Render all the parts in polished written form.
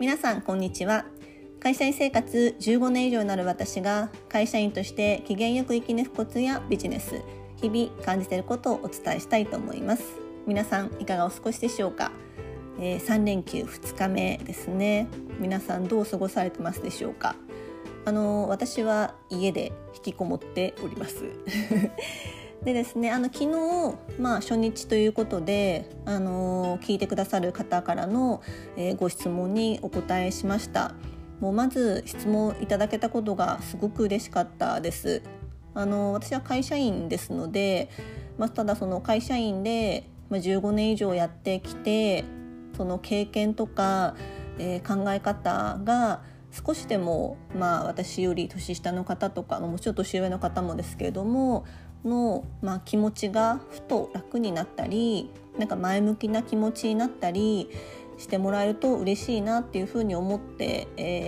皆さんこんにちは。会社員生活15年以上になる私が会社員として機嫌よく生き抜くコツやビジネス、日々感じていることをお伝えしたいと思います。皆さんいかがお過ごしでしょうか。3連休2日目ですね。皆さんどう過ごされてますでしょうか。私は家で引きこもっておりますでですね、昨日、初日ということで、聞いてくださる方からの、ご質問にお答えしました。もうまず質問いただけたことがすごく嬉しかったです。私は会社員ですので、ただその会社員で、15年以上やってきて、その経験とか、考え方が少しでも、私より年下の方とかもちろん年上の方もですけれどもの、気持ちがふと楽になったり、前向きな気持ちになったりしてもらえると嬉しいなっていうふうに思って、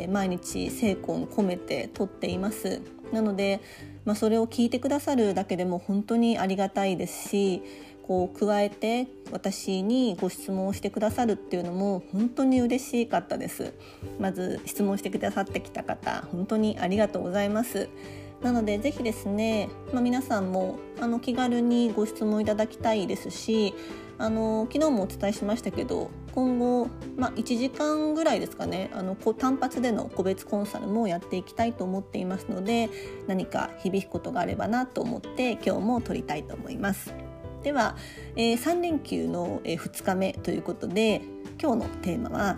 毎日精魂込めて撮っています。なので、それを聞いてくださるだけでも本当にありがたいですし、加えて私にご質問をしてくださるっていうのも本当に嬉しかったです。まず質問してくださってきた方、本当にありがとうございます。なのでぜひですね、皆さんも気軽にご質問いただきたいですし、昨日もお伝えしましたけど、今後、1時間ぐらいですかね、単発での個別コンサルもやっていきたいと思っていますので、何か響くことがあればなと思って今日も撮りたいと思います。では、3連休の2日目ということで、今日のテーマは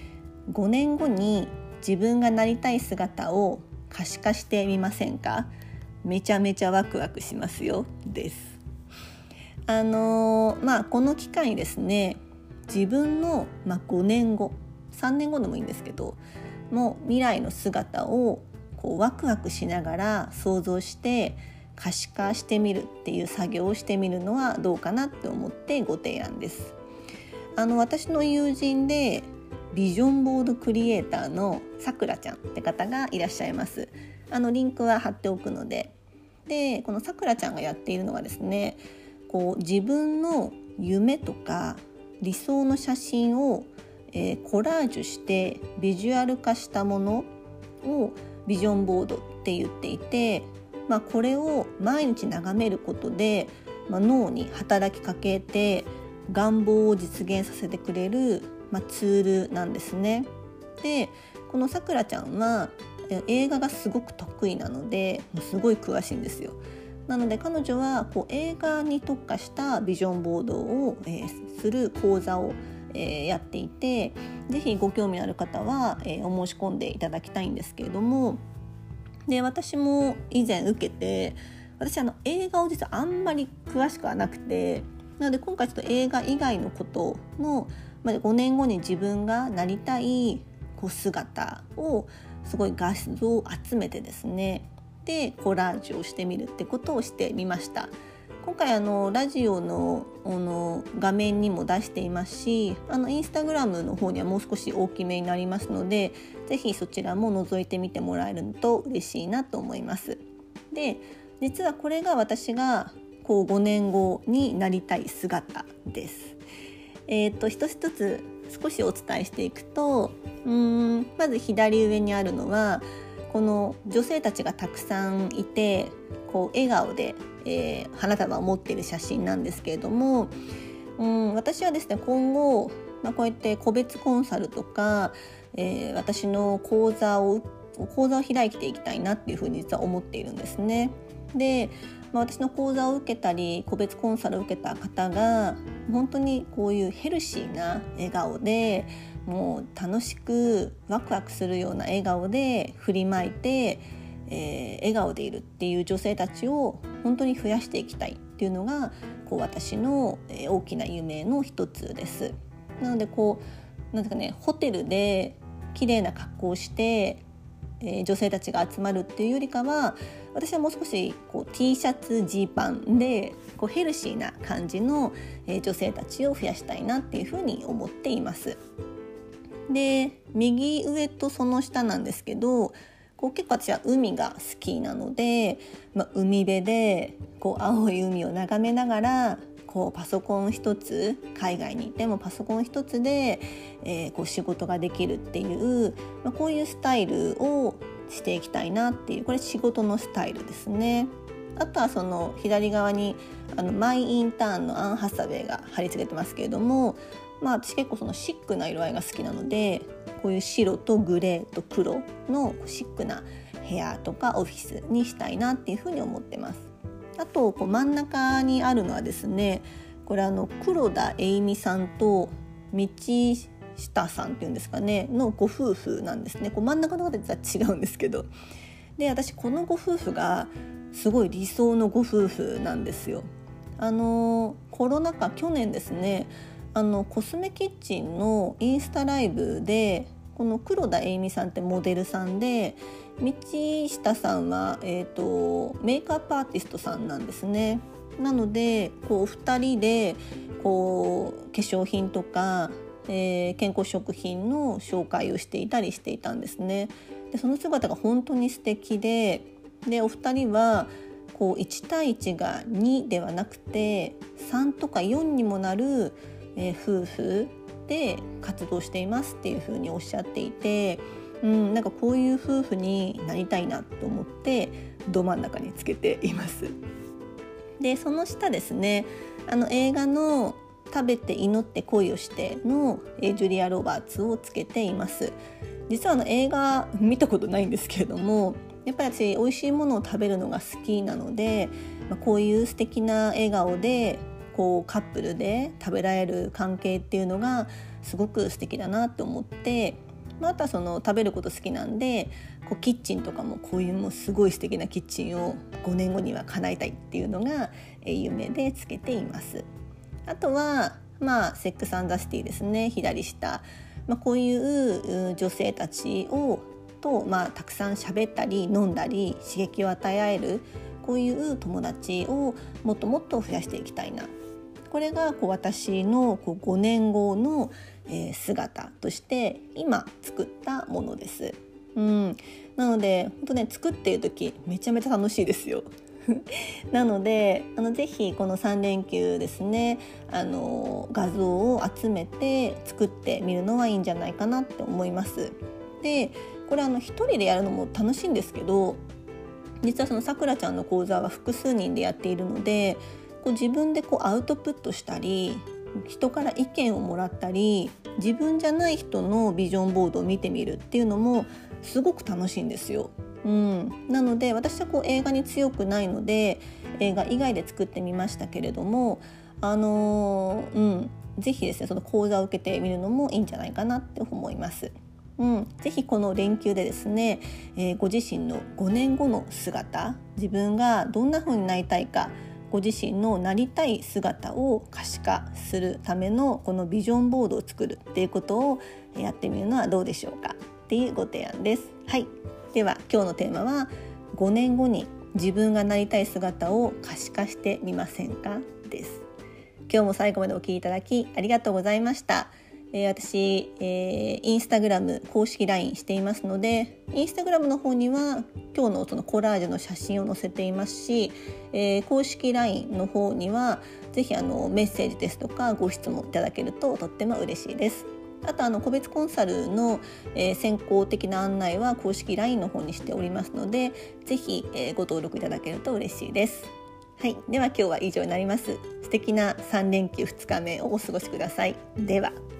5年後に自分がなりたい姿を可視化してみませんか。めちゃめちゃワクワクしますよです。この機会にですね、自分の、5年後3年後でもいいんですけどもう未来の姿をワクワクしながら想像して可視化してみるっていう作業をしてみるのはどうかなって思ってご提案です。私の友人でビジョンボードクリエイターのさくらちゃんって方がいらっしゃいます。リンクは貼っておくので。で、このさくらちゃんがやっているのがですね、自分の夢とか理想の写真を、コラージュしてビジュアル化したものをビジョンボードって言っていて、これを毎日眺めることで、脳に働きかけて願望を実現させてくれる、ツールなんですね。で、このさくらちゃんは映画がすごく得意なので、すごい詳しいんですよ。なので彼女は映画に特化したビジョンボードを、する講座を、やっていて、ぜひご興味ある方は、お申し込んでいただきたいんですけれども、で、私も以前受けて、私映画を実はあんまり詳しくはなくて、なので今回ちょっと映画以外のことの、5年後に自分がなりたい姿をすごい画像を集めてですね、でコラージュをしてみるってことをしてみました。今回ラジオの画面にも出していますし、インスタグラムの方にはもう少し大きめになりますので、ぜひそちらも覗いてみてもらえると嬉しいなと思います。で、実はこれが私が5年後になりたい姿です。一つ一つ少しお伝えしていくと、まず左上にあるのはこの女性たちがたくさんいて笑顔で、花束を持っている写真なんですけれども、私はですね、今後、こうやって個別コンサルとか、私の講座を開いていきたいなっていうふうに実は思っているんですね。で、私の講座を受けたり個別コンサルを受けた方が本当にこういうヘルシーな笑顔で、もう楽しくワクワクするような笑顔で振りまいて、笑顔でいるっていう女性たちを本当に増やしていきたいっていうのが私の大きな夢の一つです。なのでなんですかね、ホテルで綺麗な格好をして女性たちが集まるっていうよりかは、私はもう少しT シャツジーパンでヘルシーな感じの女性たちを増やしたいなっていうふうに思っています。で、右上とその下なんですけど、結構私は海が好きなので、海辺で青い海を眺めながらこうパソコン一つ、海外にいてもパソコン一つで、こう仕事ができるっていう、こういうスタイルをしていきたいなっていう、これ仕事のスタイルですね。あとはその左側にマイインターンのアン・ハサウェイが貼り付けてますけれども、私結構そのシックな色合いが好きなので、こういう白とグレーと黒のシックな部屋とかオフィスにしたいなっていうふうに思ってます。あとこう真ん中にあるのはですね、これ黒田栄美さんと道下さんっていうんですかねのご夫婦なんですね。こう真ん中の方実は違うんですけど、で私このご夫婦がすごい理想のご夫婦なんですよ。コロナ禍去年ですね、コスメキッチンのインスタライブで、この黒田栄美さんってモデルさんで、道下さんは、メイクアップアーティストさんなんですね。なのでこうお二人でこう化粧品とか、健康食品の紹介をしていたりしていたんですね。でその姿が本当に素敵で、お二人はこう1対1が2ではなくて3とか4にもなる、夫婦で活動していますっていうふうにおっしゃっていて、なんかこういう夫婦になりたいなと思ってど真ん中につけています。でその下ですね、映画の食べて祈って恋をしてのジュリア・ロバーツをつけています。実は映画見たことないんですけれども、やっぱり私美味しいものを食べるのが好きなので、こういう素敵な笑顔でこうカップルで食べられる関係っていうのがすごく素敵だなと思って、あとはその食べること好きなんで、こうキッチンとかもこういうもうすごい素敵なキッチンを5年後には叶えたいっていうのが夢でつけています。あとはセックス&ザ・シティですね、左下、こういう女性たちとたくさん喋ったり飲んだり刺激を与え合える、こういう友達をもっともっと増やしていきたいな。これがこう私のこう5年後の姿として今作ったものです。なので本当ね、作っている時めちゃめちゃ楽しいですよなのでぜひこの3連休ですね、画像を集めて作ってみるのはいいんじゃないかなって思います。でこれ一人でやるのも楽しいんですけど、実はそのさくらちゃんの講座は複数人でやっているので、こう自分でこうアウトプットしたり、人から意見をもらったり、自分じゃない人のビジョンボードを見てみるっていうのもすごく楽しいんですよ。なので私はこう映画に強くないので映画以外で作ってみましたけれども、ぜひですねその講座を受けてみるのもいいんじゃないかなって思います。ぜひこの連休でですね、ご自身の5年後の姿、自分がどんな風になりたいか、ご自身のなりたい姿を可視化するためのこのビジョンボードを作るっていうことをやってみるのはどうでしょうかっていうご提案です。はい、では今日のテーマは5年後に自分がなりたい姿を可視化してみませんかです。今日も最後までお聞きいただきありがとうございました。私、インスタグラム公式 LINE していますので、インスタグラムの方には今日のそのコラージュの写真を載せていますし、公式 LINE の方にはぜひメッセージですとかご質問いただけるととっても嬉しいです。あと個別コンサルの、先行的な案内は公式 LINE の方にしておりますので、ぜひ、ご登録いただけると嬉しいです。はい、では今日は以上になります。素敵な3連休2日目をお過ごしください。では。